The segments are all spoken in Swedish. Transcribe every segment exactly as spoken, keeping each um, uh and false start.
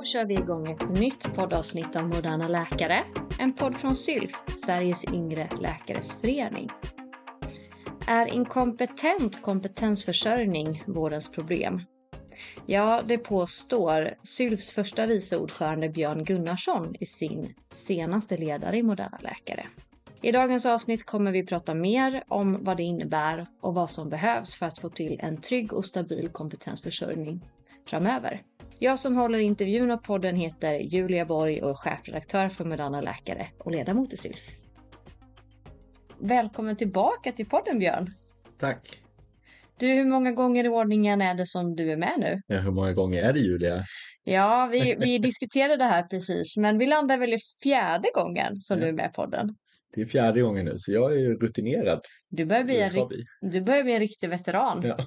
Då kör vi igång ett nytt poddavsnitt av Moderna läkare. En podd från Sylf, Sveriges yngre läkares förening. Är inkompetent kompetensförsörjning vårdens problem? Ja, det påstår Sylfs första vice ordförande Björn Gunnarsson i sin senaste ledare i Moderna läkare. I dagens avsnitt kommer vi prata mer om vad det innebär och vad som behövs för att få till en trygg och stabil kompetensförsörjning framöver. Jag som håller intervjun av podden heter Julia Borg och är chefredaktör för Moderna läkare och ledamot i Sylf. Välkommen tillbaka till podden, Björn. Tack. Du, hur många gånger i ordningen är det som du är med nu? Ja, hur många gånger är det, Julia? Ja, vi, vi diskuterade det här precis, men vi landar väl i fjärde gången som ja. Du är med i podden. Det är fjärde gången nu, så jag är ju rutinerad. Du börjar bli, en, du börjar bli en riktig veteran. Ja.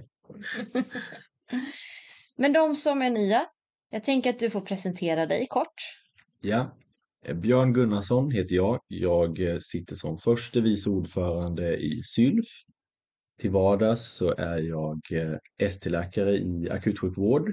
Men de som är nya, jag tänker att du får presentera dig kort. Ja, Björn Gunnarsson heter jag. Jag sitter som förste vice ordförande i Sylf. Till vardags så är jag S T-läkare i akutsjukvård.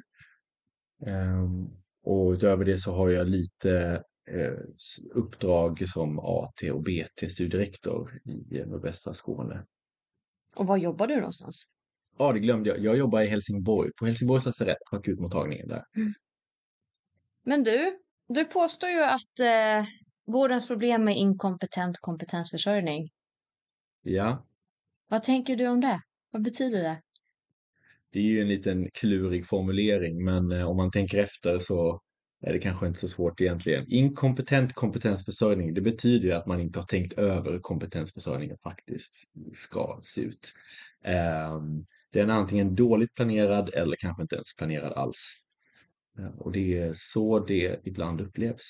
Och utöver det så har jag lite uppdrag som A T och B T-studierektor i nordvästra Skåne. Och var jobbar du någonstans? Ja, det glömde jag. Jag jobbar i Helsingborg, på Helsingborgs lasarett, på akutmottagningen där. Mm. Men du, du påstår ju att eh, vårdens problem är inkompetent kompetensförsörjning. Ja. Vad tänker du om det? Vad betyder det? Det är ju en liten klurig formulering, men eh, om man tänker efter så är det kanske inte så svårt egentligen. Inkompetent kompetensförsörjning, det betyder ju att man inte har tänkt över hur kompetensförsörjningen faktiskt ska se ut. Um, Den är antingen dåligt planerad eller kanske inte ens planerad alls. Och det är så det ibland upplevs.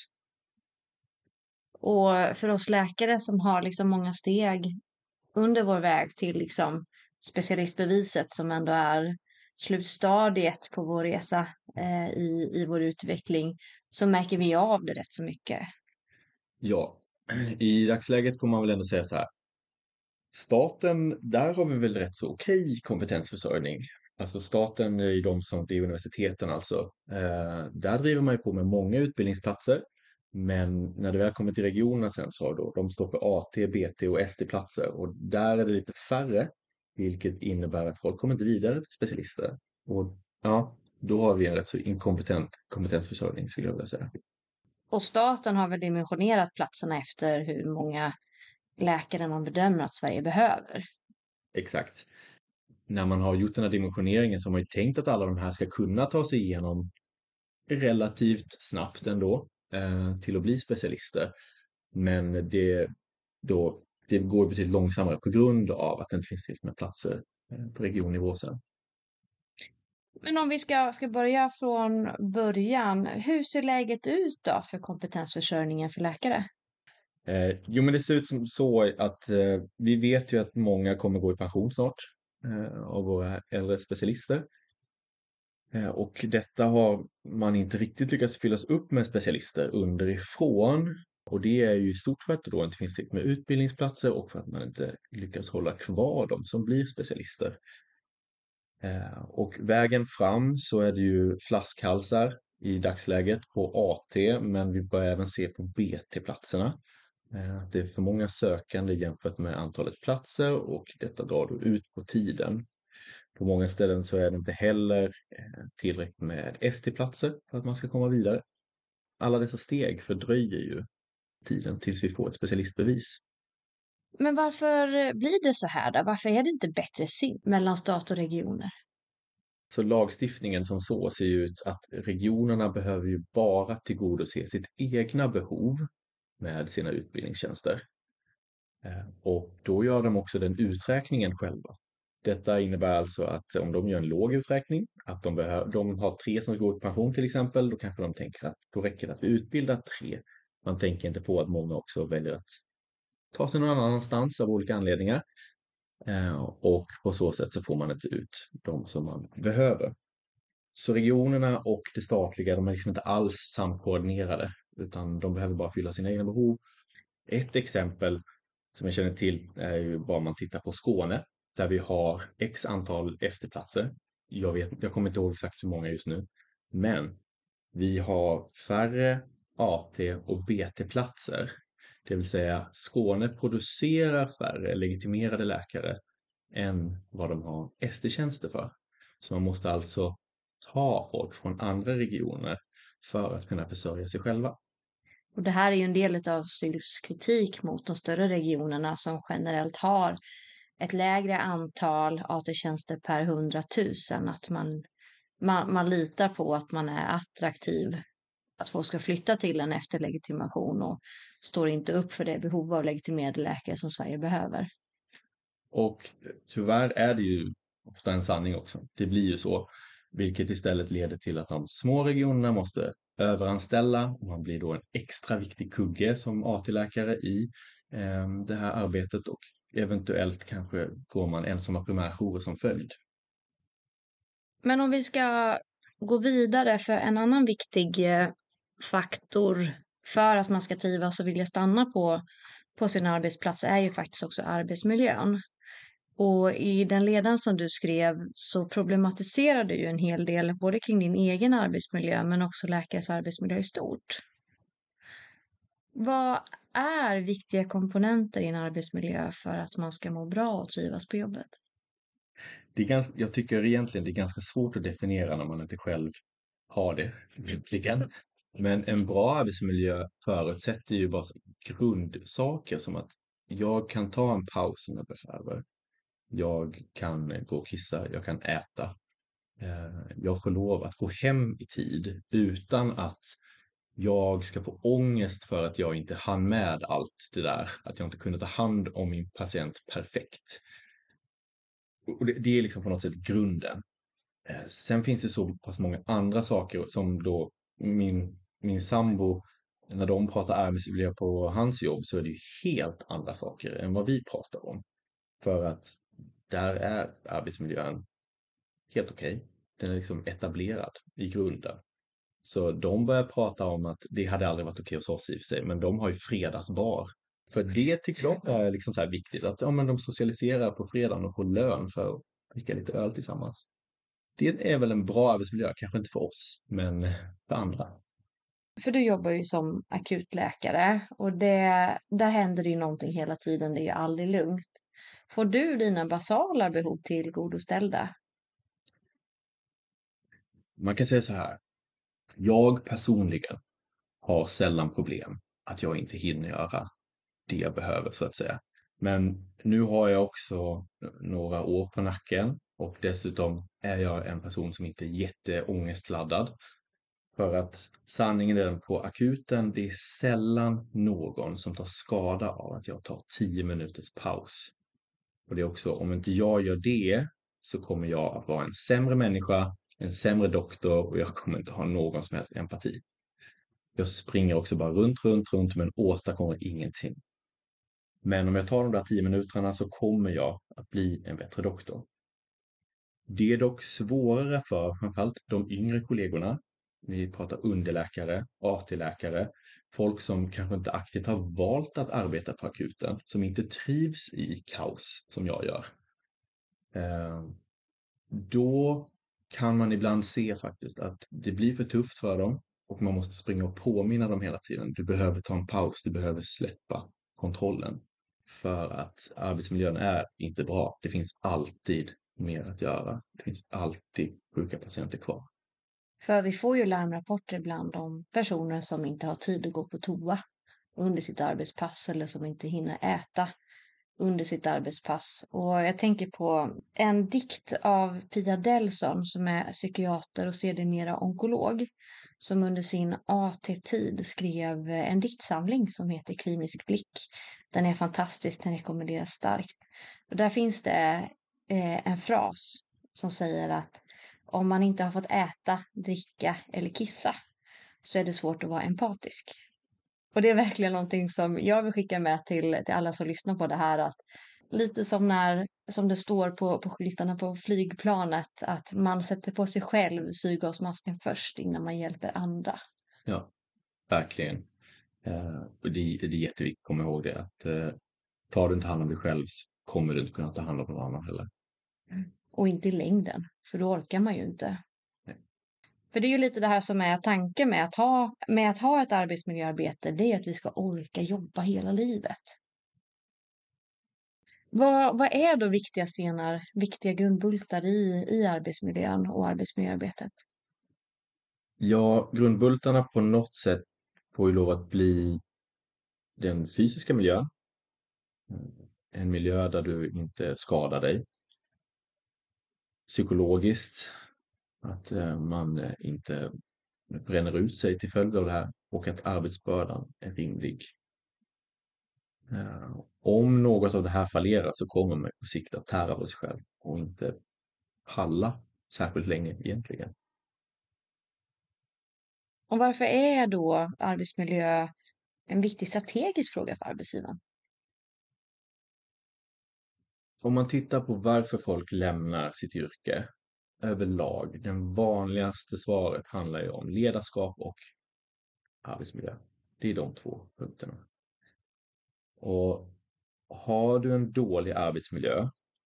Och för oss läkare som har liksom många steg under vår väg till liksom specialistbeviset som ändå är slutstadiet på vår resa eh, i, i vår utveckling, så märker vi av det rätt så mycket. Ja, i dagsläget får man väl ändå säga så här. Staten, där har vi väl rätt så okej kompetensförsörjning. Alltså staten är ju de som driver universiteten alltså. Eh, där driver man ju på med många utbildningsplatser. Men när det väl kommer till regionerna sen så har då, de står för A T, B T och S T-platser. Och där är det lite färre, vilket innebär att folk kommer inte vidare till specialister. Och ja, då har vi en rätt så inkompetent kompetensförsörjning skulle jag vilja säga. Och staten har väl dimensionerat platserna efter hur många läkare man bedömer att Sverige behöver. Exakt. När man har gjort den här dimensioneringen så har man ju tänkt att alla de här ska kunna ta sig igenom relativt snabbt ändå eh, till att bli specialister. Men det, då, det går betydligt långsammare på grund av att det inte finns tillräckligt med platser eh, på regionnivå sen. Men om vi ska, ska börja från början, hur ser läget ut då för kompetensförsörjningen för läkare? Eh, jo men det ser ut som så att eh, vi vet ju att många kommer gå i pension snart eh, av våra äldre specialister. Eh, och detta har man inte riktigt lyckats fyllas upp med specialister underifrån. Och det är ju i stort för att det då inte finns tillräckligt med utbildningsplatser och för att man inte lyckas hålla kvar dem som blir specialister. Eh, och vägen fram så är det ju flaskhalsar i dagsläget på A T, men vi börjar även se på B T-platserna. Det är för många sökande jämfört med antalet platser och detta drar då ut på tiden. På många ställen så är det inte heller tillräckligt med S T-platser för att man ska komma vidare. Alla dessa steg fördröjer ju tiden tills vi får ett specialistbevis. Men varför blir det så här då? Varför är det inte bättre syn mellan stat och regioner? Så lagstiftningen som så ser ut att regionerna behöver ju bara tillgodose sitt egna behov med sina utbildningstjänster. Och då gör de också den uträkningen själva. Detta innebär alltså att om de gör en låg uträkning, att de, behöver, de har tre som går i pension till exempel, då kanske de tänker att då räcker det att vi utbildar tre. Man tänker inte på att många också väljer att ta sig någon annanstans av olika anledningar. Och på så sätt så får man inte ut de som man behöver. Så regionerna och det statliga, de är liksom inte alls samkoordinerade, utan de behöver bara fylla sina egna behov. Ett exempel som jag känner till är ju bara man tittar på Skåne, där vi har x antal S T-platser. Jag vet, jag kommer inte ihåg exakt hur många just nu, men Vi har färre A T och B T-platser. Det vill säga Skåne producerar färre legitimerade läkare än vad de har S T-tjänster för. Så man måste alltså ta folk från andra regioner för att kunna försörja sig själva. Och det här är ju en del av Sylfs kritik mot de större regionerna som generellt har ett lägre antal A T-tjänster per hundratusen. Att man, man, man litar på att man är attraktiv, att folk ska flytta till en efter legitimation och står inte upp för det behov av legitimerade läkare som Sverige behöver. Och tyvärr är det ju ofta en sanning också. Det blir ju så, vilket istället leder till att de små regionerna måste överanställa och man blir då en extra viktig kugge som A T-läkare i eh, det här arbetet och eventuellt kanske går man ensamma primärjourer som följd. Men om vi ska gå vidare, för en annan viktig eh, faktor för att man ska trivas och vilja stanna på, på sin arbetsplats är ju faktiskt också arbetsmiljön. Och i den ledaren som du skrev så problematiserar du ju en hel del både kring din egen arbetsmiljö men också läkares arbetsmiljö i stort. Vad är viktiga komponenter i en arbetsmiljö för att man ska må bra och trivas på jobbet? Det är ganska, jag tycker egentligen det är ganska svårt att definiera när man inte själv har det. Egentligen. Men en bra arbetsmiljö förutsätter ju bara grundsaker som att jag kan ta en paus om jag behöver. Jag kan gå och kissa, jag kan äta. Jag får lov att gå hem i tid utan att jag ska få ångest för att jag inte hann med allt det där. Att jag inte kunde ta hand om min patient perfekt. Och det, det är liksom på något sätt grunden. Sen finns det så pass många andra saker som då min, min sambo, när de pratar arbetsmiljö på hans jobb så är det ju helt andra saker än vad vi pratar om. För att där är arbetsmiljön helt okej. Okay. Den är liksom etablerad i grunden. Så de börjar prata om att det hade aldrig varit okej hos oss i och för sig, men de har ju fredagsbar. För det tycker jag är liksom så här viktigt, att ja, men de socialiserar på fredagen och får lön för att dricka lite öl tillsammans. Det är väl en bra arbetsmiljö, kanske inte för oss, men för andra. För du jobbar ju som akutläkare och det, där händer det ju någonting hela tiden, det är ju aldrig lugnt. Får du dina basala behov tillgodoställda? Man kan säga så här, jag personligen har sällan problem att jag inte hinner göra det jag behöver så att säga. Men nu har jag också några år på nacken och dessutom är jag en person som inte är jätteångestladdad. För att sanningen är den på akuten, det är sällan någon som tar skada av att jag tar tio minuters paus. Och det är också, om inte jag gör det så kommer jag att vara en sämre människa, en sämre doktor och jag kommer inte ha någon som helst empati. Jag springer också bara runt, runt, runt men åstadkommer ingenting. Men om jag tar de där tio minuterna så kommer jag att bli en bättre doktor. Det är dock svårare för framförallt de yngre kollegorna. Vi pratar underläkare, A T-läkare, folk som kanske inte aktivt har valt att arbeta på akuten, som inte trivs i kaos som jag gör. Då kan man ibland se faktiskt att det blir för tufft för dem och man måste springa och påminna dem hela tiden. Du behöver ta en paus, du behöver släppa kontrollen. För att arbetsmiljön är inte bra. Det finns alltid mer att göra. Det finns alltid sjuka patienter kvar. För vi får ju larmrapporter ibland om personer som inte har tid att gå på toa under sitt arbetspass eller som inte hinner äta under sitt arbetspass. Och jag tänker på en dikt av Pia Delson som är psykiater och sedermera onkolog som under sin A T-tid skrev en diktsamling som heter Klinisk blick. Den är fantastisk, den rekommenderas starkt. Och där finns det eh, en fras som säger att om man inte har fått äta, dricka eller kissa så är det svårt att vara empatisk. Och det är verkligen någonting som jag vill skicka med till, till alla som lyssnar på det här. Att lite som när som det står på, på skyltarna på flygplanet. Att man sätter på sig själv syrgasmasken först innan man hjälper andra. Ja, verkligen. Eh, och det, det är jätteviktigt att komma ihåg det. Att eh, tar du inte hand om dig själv så kommer du inte kunna ta hand om någon annan heller. Och inte i längden. För då orkar man ju inte. Nej. För det är ju lite det här som är tanken med att ha, med att ha ett arbetsmiljöarbete, det är att vi ska orka jobba hela livet. Vad, vad är då viktiga stenar, viktiga grundbultar i, i arbetsmiljön och arbetsmiljöarbetet? Ja, grundbultarna på något sätt får ju lov att bli den fysiska miljön. En miljö där du inte skadar dig. Psykologiskt, att eh, man eh, inte bränner ut sig till följd av det här, och att arbetsbördan är rimlig. Eh, om något av det här fallerar så kommer man på sikt att tära på sig själv och inte palla särskilt länge egentligen. Och varför är då arbetsmiljö en viktig strategisk fråga för arbetsgivaren? Om man tittar på varför folk lämnar sitt yrke överlag, den vanligaste svaret handlar ju om ledarskap och arbetsmiljö. Det är de två punkterna. Och har du en dålig arbetsmiljö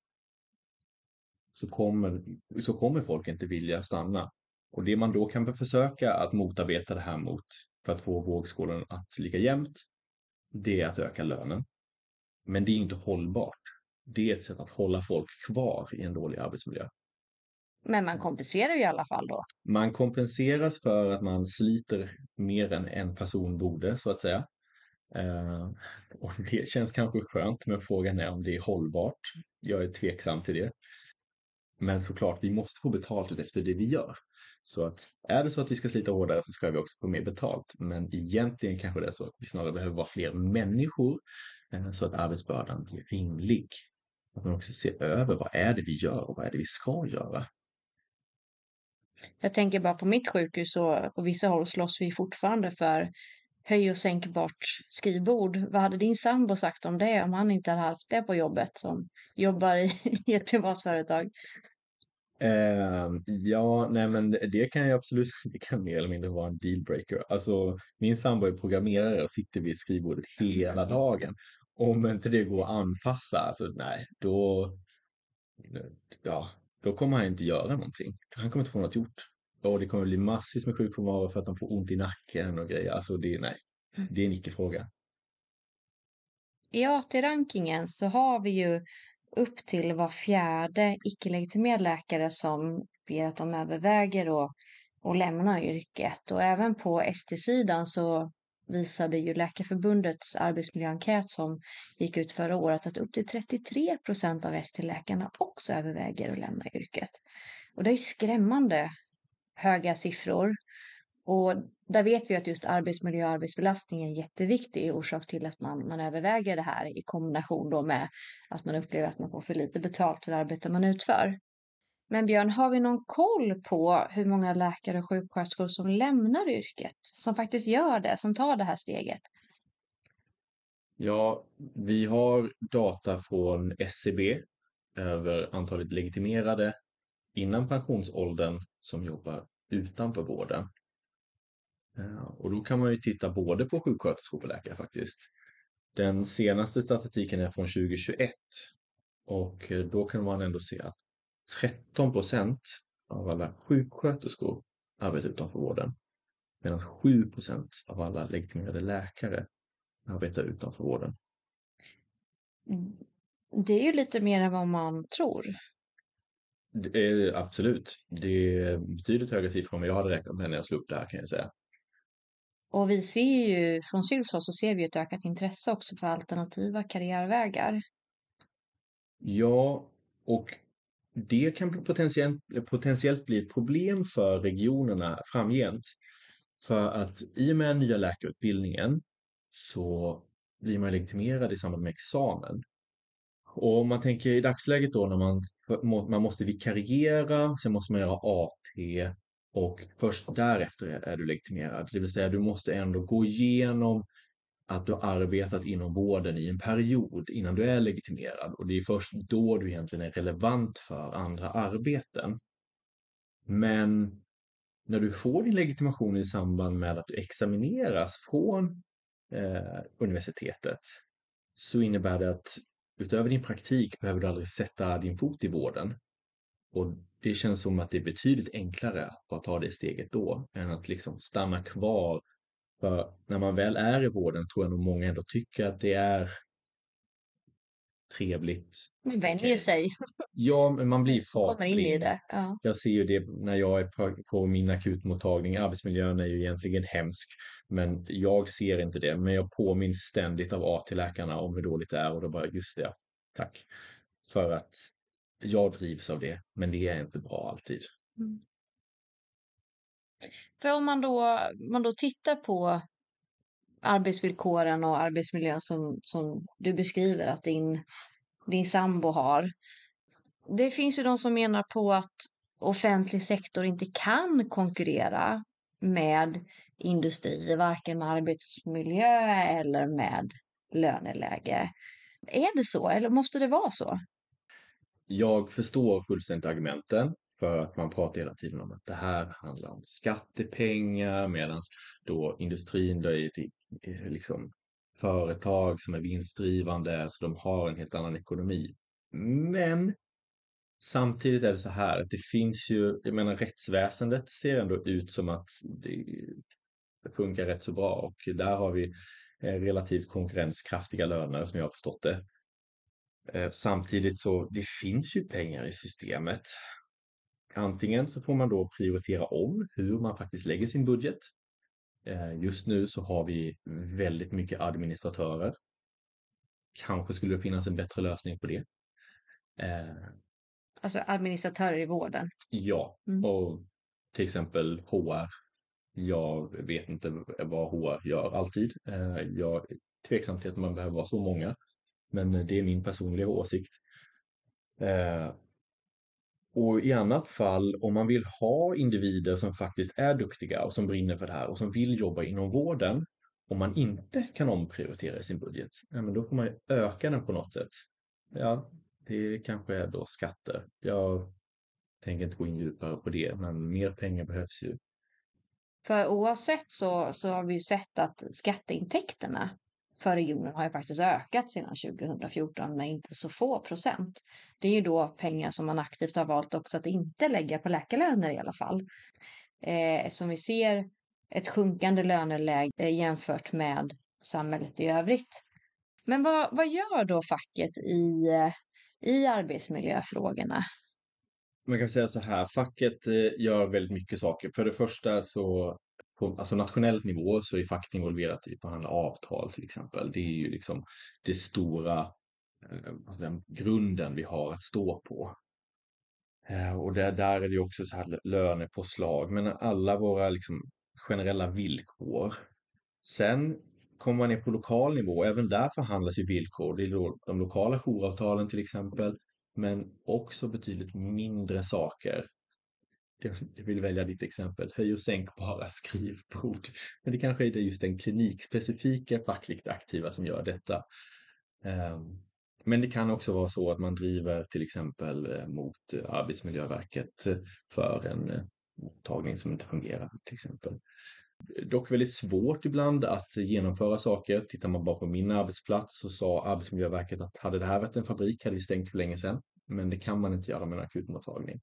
så kommer, så kommer folk inte vilja stanna. Och det man då kan försöka att motarbeta det här mot för att få vågskålen att ligga jämnt, det är att öka lönen. Men det är inte hållbart. Det är ett sätt att hålla folk kvar i en dålig arbetsmiljö. Men man kompenserar ju i alla fall då. Man kompenseras för att man sliter mer än en person borde, så att säga. Eh, och det känns kanske skönt, men frågan är om det är hållbart. Jag är tveksam till det. Men såklart, vi måste få betalt ut efter det vi gör. Så att är det så att vi ska slita hårdare så ska vi också få mer betalt. Men egentligen kanske det är så att vi snarare behöver vara fler människor eh, så att arbetsbördan blir rimlig. Att man också ser över vad är det vi gör och vad är det vi ska göra. Jag tänker bara på mitt sjukhus, och på vissa håll slåss vi fortfarande för höj- och sänkbart skrivbord. Vad hade din sambo sagt om det, om han inte hade haft det på jobbet, som jobbar i, i ett privat företag? Eh, ja, nej men det det kan ju absolut, det kan mer eller mindre vara en dealbreaker. Alltså, min sambo är programmerare och sitter vid skrivbordet hela dagen. Om inte det går att anpassa, alltså nej, då, ja, då kommer han inte göra någonting. Han kommer inte få något gjort. Och det kommer bli massvis med sjukfrånvaro för att de får ont i nacken och grejer. Alltså det är nej, det är en icke-fråga. I A T-rankingen så har vi ju upp till var fjärde icke-legitimerad läkare som ber att de överväger och, och lämna yrket. Och även på S T-sidan så visade ju Läkarförbundets arbetsmiljöenkät som gick ut förra året att upp till trettiotre procent av S T-läkarna också överväger att lämna yrket. Och det är ju skrämmande höga siffror. Och där vet vi att just arbetsmiljö och arbetsbelastning är en jätteviktig orsak till att man, man överväger det här, i kombination då med att man upplever att man får för lite betalt för det arbete man utför. Men Björn, har vi någon koll på hur många läkare och sjuksköterskor som lämnar yrket? Som faktiskt gör det, som tar det här steget? Ja, vi har data från S C B över antalet legitimerade innan pensionsåldern som jobbar utanför vården. Eh, Och då kan man ju titta både på sjuksköterskor och på läkare faktiskt. Den senaste statistiken är från tjugohundratjugoett och eh, då kan man ändå se att tretton procent av alla sjuksköterskor arbetar utanför vården, medan sju procent av alla legitimerade läkare arbetar utanför vården. Mm. Det är ju lite mer än vad man tror. Det är, absolut, det är betydligt högre siffror än vad jag hade räknat med när jag slog upp det här, kan jag säga. Och vi ser ju, från Sylfs håll så ser vi ett ökat intresse också för alternativa karriärvägar. Ja, och det kan potentiellt, potentiellt bli ett problem för regionerna framgent. För att i och med den nya läkarutbildningen så blir man legitimerad i samband med examen. Och om man tänker i dagsläget då när man, man måste vikariera, sen måste man göra A T och först därefter är du legitimerad. Det vill säga du måste ändå gå igenom att du har arbetat inom vården i en period innan du är legitimerad. Och det är först då du egentligen är relevant för andra arbeten. Men när du får din legitimation i samband med att du examineras från eh, universitetet så innebär det att utöver din praktik behöver du aldrig sätta din fot i vården. Och det känns som att det är betydligt enklare att bara ta det steget då än att liksom stanna kvar. För när man väl är i vården tror jag nog många ändå tycker att det är trevligt. Man vänjer Okej. sig, Ja, men man blir kommer in i fartblind. det. Ja. Jag ser ju det när jag är på, på min akutmottagning. Arbetsmiljön är ju egentligen hemsk, men jag ser inte det. Men jag påminns ständigt av A T-läkarna om hur dåligt det är och då bara, just det, tack. För att jag drivs av det, men det är inte bra alltid. Mm. För om man då, man då tittar på arbetsvillkoren och arbetsmiljön som, som du beskriver att din, din sambo har. Det finns ju de som menar på att offentlig sektor inte kan konkurrera med industri, varken med arbetsmiljö eller med löneläge. Är det så eller måste det vara så? Jag förstår fullständigt argumenten för att man pratar hela tiden om att det här handlar om skattepengar medan då industrin då är det är liksom företag som är vinstdrivande så de har en helt annan ekonomi. Men samtidigt är det så här att det finns ju, jag menar rättsväsendet ser ändå ut som att det, det funkar rätt så bra och där har vi eh, relativt konkurrenskraftiga löner som jag har förstått det. Eh, Samtidigt så det finns ju pengar i systemet. Antingen så får man då prioritera om hur man faktiskt lägger sin budget. Eh, Just nu så har vi väldigt mycket administratörer. Kanske skulle det finnas en bättre lösning på det. Eh, Alltså administratörer i vården. Ja, Mm. och till exempel H R. Jag vet inte vad H R gör alltid. Eh, Jag är tveksam till att man behöver vara så många. Men det är min personliga åsikt. Eh, Och i annat fall, om man vill ha individer som faktiskt är duktiga och som brinner för det här och som vill jobba inom vården, om man inte kan omprioritera i sin budget, ja, men då får man ju öka den på något sätt. Ja, det kanske är då skatter. Jag tänker inte gå in djupare på det, men mer pengar behövs ju. För oavsett så, så har vi ju sett att skatteintäkterna för regionen har ju faktiskt ökat sedan tjugohundrafjorton med inte så få procent. Det är ju då pengar som man aktivt har valt också att inte lägga på läkarlöner i alla fall. Eh, som vi ser ett sjunkande löneläge eh, jämfört med samhället i övrigt. Men vad, vad gör då facket i, eh, i arbetsmiljöfrågorna? Man kan säga så här, facket eh, gör väldigt mycket saker. För det första så på alltså nationell nivå så är facket involverat i att förhandla avtal till exempel. Det är ju liksom det stora eh, alltså den grunden vi har att stå på. Eh, Och där, där är det ju också så här lönepåslag, men alla våra liksom generella villkor. Sen kommer man ner på lokal nivå, även där förhandlas ju villkor. Det är då de lokala jouravtalen till exempel, men också betydligt mindre saker. Jag jag vill välja ditt exempel, höj och sänkbara skrivbord. Men det kanske är det just den klinikspecifika fackligt aktiva som gör detta. Ehm, Men det kan också vara så att man driver till exempel eh, mot eh, Arbetsmiljöverket eh, för en eh, mottagning som inte fungerar till exempel. Dock väldigt svårt ibland att genomföra saker. Tittar man bara på min arbetsplats så sa Arbetsmiljöverket att hade det här varit en fabrik hade vi stängt för länge sedan. Men det kan man inte göra med en akutmottagning.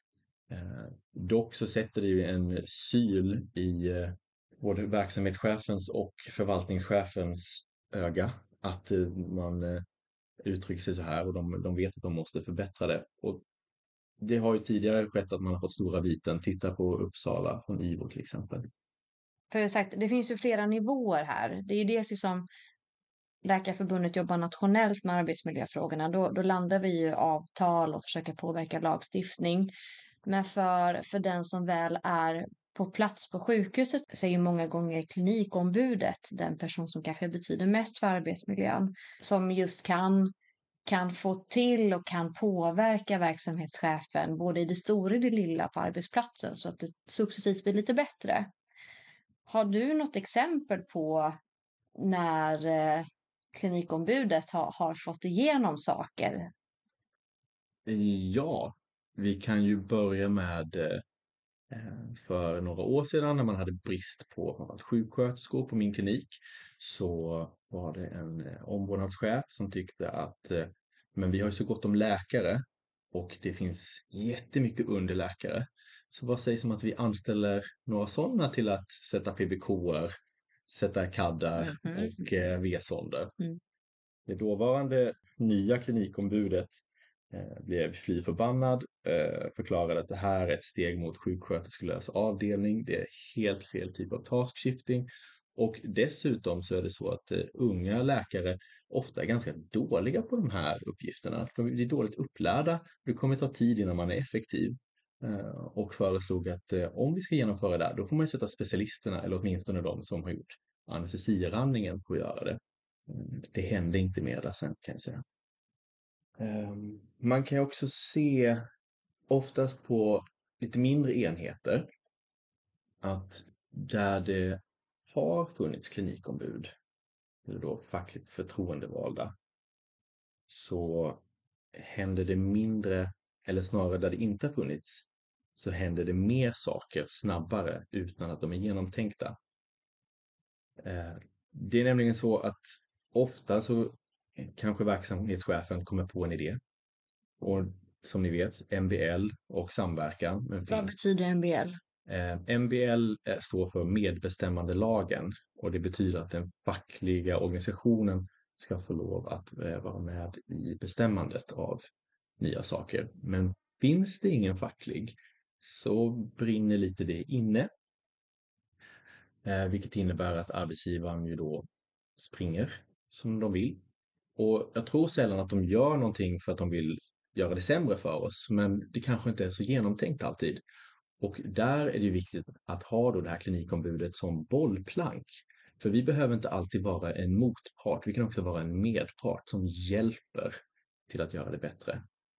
Eh, dock så sätter det ju en syl i eh, både verksamhetschefens och förvaltningschefens öga att eh, man eh, uttrycker sig så här och de, de vet att de måste förbättra det. Och det har ju tidigare skett att man har fått stora viten. Titta på Uppsala från I V O till exempel. För jag har sagt, det finns ju flera nivåer här. Det är ju dels som Läkarförbundet jobbar nationellt med arbetsmiljöfrågorna. Då, då landar vi ju avtal och försöker påverka lagstiftning. Men för, för den som väl är på plats på sjukhuset så är ju många gånger klinikombudet den person som kanske betyder mest för arbetsmiljön. Som just kan, kan få till och kan påverka verksamhetschefen både i det stora och det lilla på arbetsplatsen så att det successivt blir lite bättre. Har du något exempel på när eh, klinikombudet har, har fått igenom saker? Ja, vi kan ju börja med eh, för några år sedan när man hade brist på framför allt sjuksköterskor på min klinik så var det en eh, omvårdnadschef som tyckte att eh, men vi har ju så gott om läkare och det finns jättemycket underläkare. Så vad sägs om att vi anställer några sådana till att sätta P B K:er, sätta kaddar Mhm. och eh, V-sonder. Mm. Det dåvarande nya klinikombudet eh, blev fly förbannad, eh, förklarade att det här är ett steg mot sjuksköterskelös avdelning. Det är helt fel typ av task shifting. Och dessutom så är det så att eh, unga läkare ofta är ganska dåliga på de här uppgifterna. De är dåligt upplärda. Det kommer ta tid innan man är effektiv. Eh, och föreslog att eh, om vi ska genomföra det här, då får man ju sätta specialisterna, eller åtminstone de som har gjort anestesirandningen, på att göra det. Det hände inte mer där sen, kan jag säga. Um, man kan ju också se oftast på lite mindre enheter att där det har funnits klinikombud, eller då fackligt förtroendevalda, så händer det mindre, eller snarare där det inte har funnits, så händer det mer saker snabbare utan att de är genomtänkta. Uh, det är nämligen så att ofta så kanske verksamhetschefen kommer på en idé. Och som ni vet, M B L och samverkan. Men Vad betyder M B L? Eh, M B L står för medbestämmandelagen, och det betyder att den fackliga organisationen ska få lov att eh, vara med i bestämmandet av nya saker. Men finns det ingen facklig så brinner lite det inne. Eh, vilket innebär att arbetsgivaren ju då springer som de vill. Och jag tror sällan att de gör någonting för att de vill göra det sämre för oss, men det kanske inte är så genomtänkt alltid. Och där är det viktigt att ha då det här klinikombudet som bollplank. För vi behöver inte alltid vara en motpart, vi kan också vara en medpart som hjälper till att göra det bättre.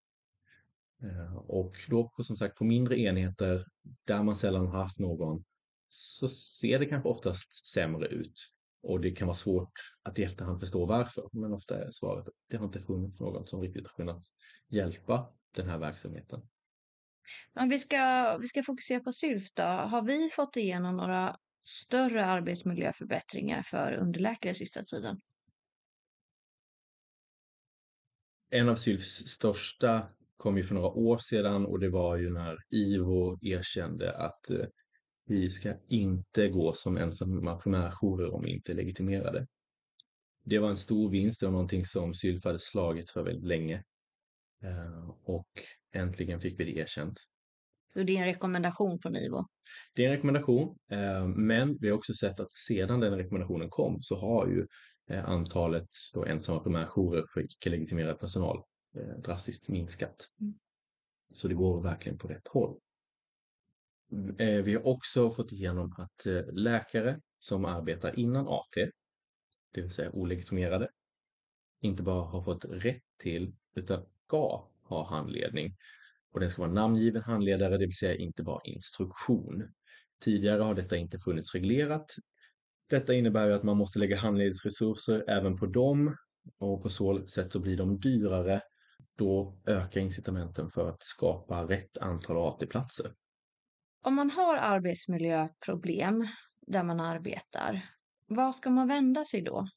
Och då som sagt på mindre enheter där man sällan har haft någon, så ser det kanske oftast sämre ut. Och det kan vara svårt att i efterhand förstå varför. Men ofta är svaret att det har inte funnits någon som riktigt har kunnat hjälpa den här verksamheten. Men vi ska, vi ska fokusera på Sylf då. Har vi fått igenom några större arbetsmiljöförbättringar för underläkare sista tiden? En av Sylfs största kom ju för några år sedan, och det var ju när I V O erkände att eh, vi ska inte gå som ensamma primärjourer om vi inte är legitimerade. Det var en stor vinst, det var någonting som Sylf hade slagit för väldigt länge. Eh, och äntligen fick vi det erkänt. Så det är en rekommendation från I V O? Det är en rekommendation, eh, men vi har också sett att sedan den rekommendationen kom så har ju eh, antalet då ensamma primärjourer för icke-legitimerad personal eh, drastiskt minskat. Mm. Så det går verkligen på rätt håll. Eh, vi har också fått igenom att eh, läkare som arbetar innan A T, det vill säga olegitimerade, inte bara har fått rätt till utan ska ha handledning. Och den ska vara namngiven handledare, det vill säga inte bara instruktion. Tidigare har detta inte funnits reglerat. Detta innebär ju att man måste lägga handledningsresurser även på dem, och på så sätt så blir de dyrare. Då ökar incitamenten för att skapa rätt antal A T-platser. Om man har arbetsmiljöproblem där man arbetar, vad ska man vända sig då?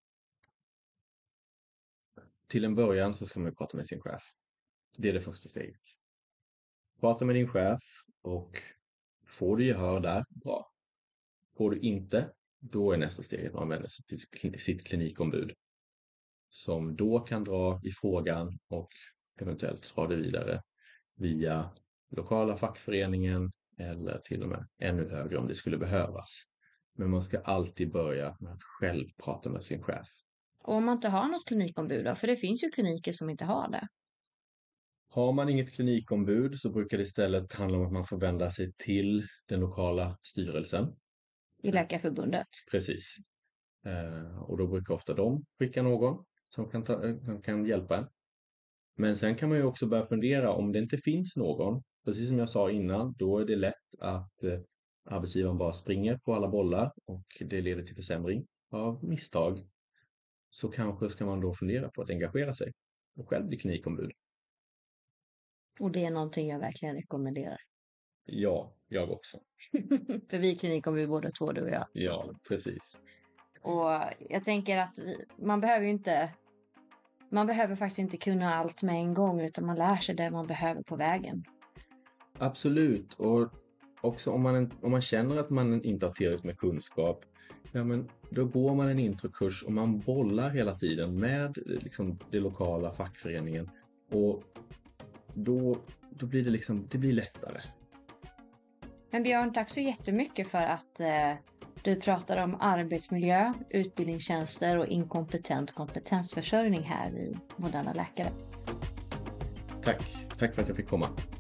Till en början så ska man prata med sin chef. Det är det första steget. Prata med din chef, och får du gehör där, bra. Får du inte, då är nästa steg att man vänder sig till sitt klinikombud, som då kan dra i frågan och eventuellt dra det vidare via lokala fackföreningen eller till och med ännu högre om det skulle behövas. Men man ska alltid börja med att själv prata med sin chef. Och om man inte har något klinikombud då? För det finns ju kliniker som inte har det. Har man inget klinikombud så brukar det istället handla om att man får vända sig till den lokala styrelsen. I Läkarförbundet. Precis. Eh, och då brukar ofta de skicka någon som kan, ta, som kan hjälpa en. Men sen kan man ju också börja fundera om det inte finns någon. Precis som jag sa innan, då är det lätt att eh, arbetsgivaren bara springer på alla bollar och det leder till försämring av misstag. Så kanske ska man då fundera på att engagera sig och själv bli klinikombud. Och det är någonting jag verkligen rekommenderar. Ja, jag också. För vi är klinikombud båda två, du och jag. Ja, precis. Och jag tänker att vi, man behöver ju inte man behöver faktiskt inte kunna allt med en gång, utan man lär sig det man behöver på vägen. Absolut, och också om man, om man känner att man inte har tillräckligt med kunskap, ja, men då går man en introkurs och man bollar hela tiden med liksom det lokala fackföreningen, och då, då blir det liksom, det blir lättare. Men Björn, tack så jättemycket för att eh, du pratar om arbetsmiljö, utbildningstjänster och inkompetent kompetensförsörjning här i Moderna Läkare. Tack, tack för att jag fick komma.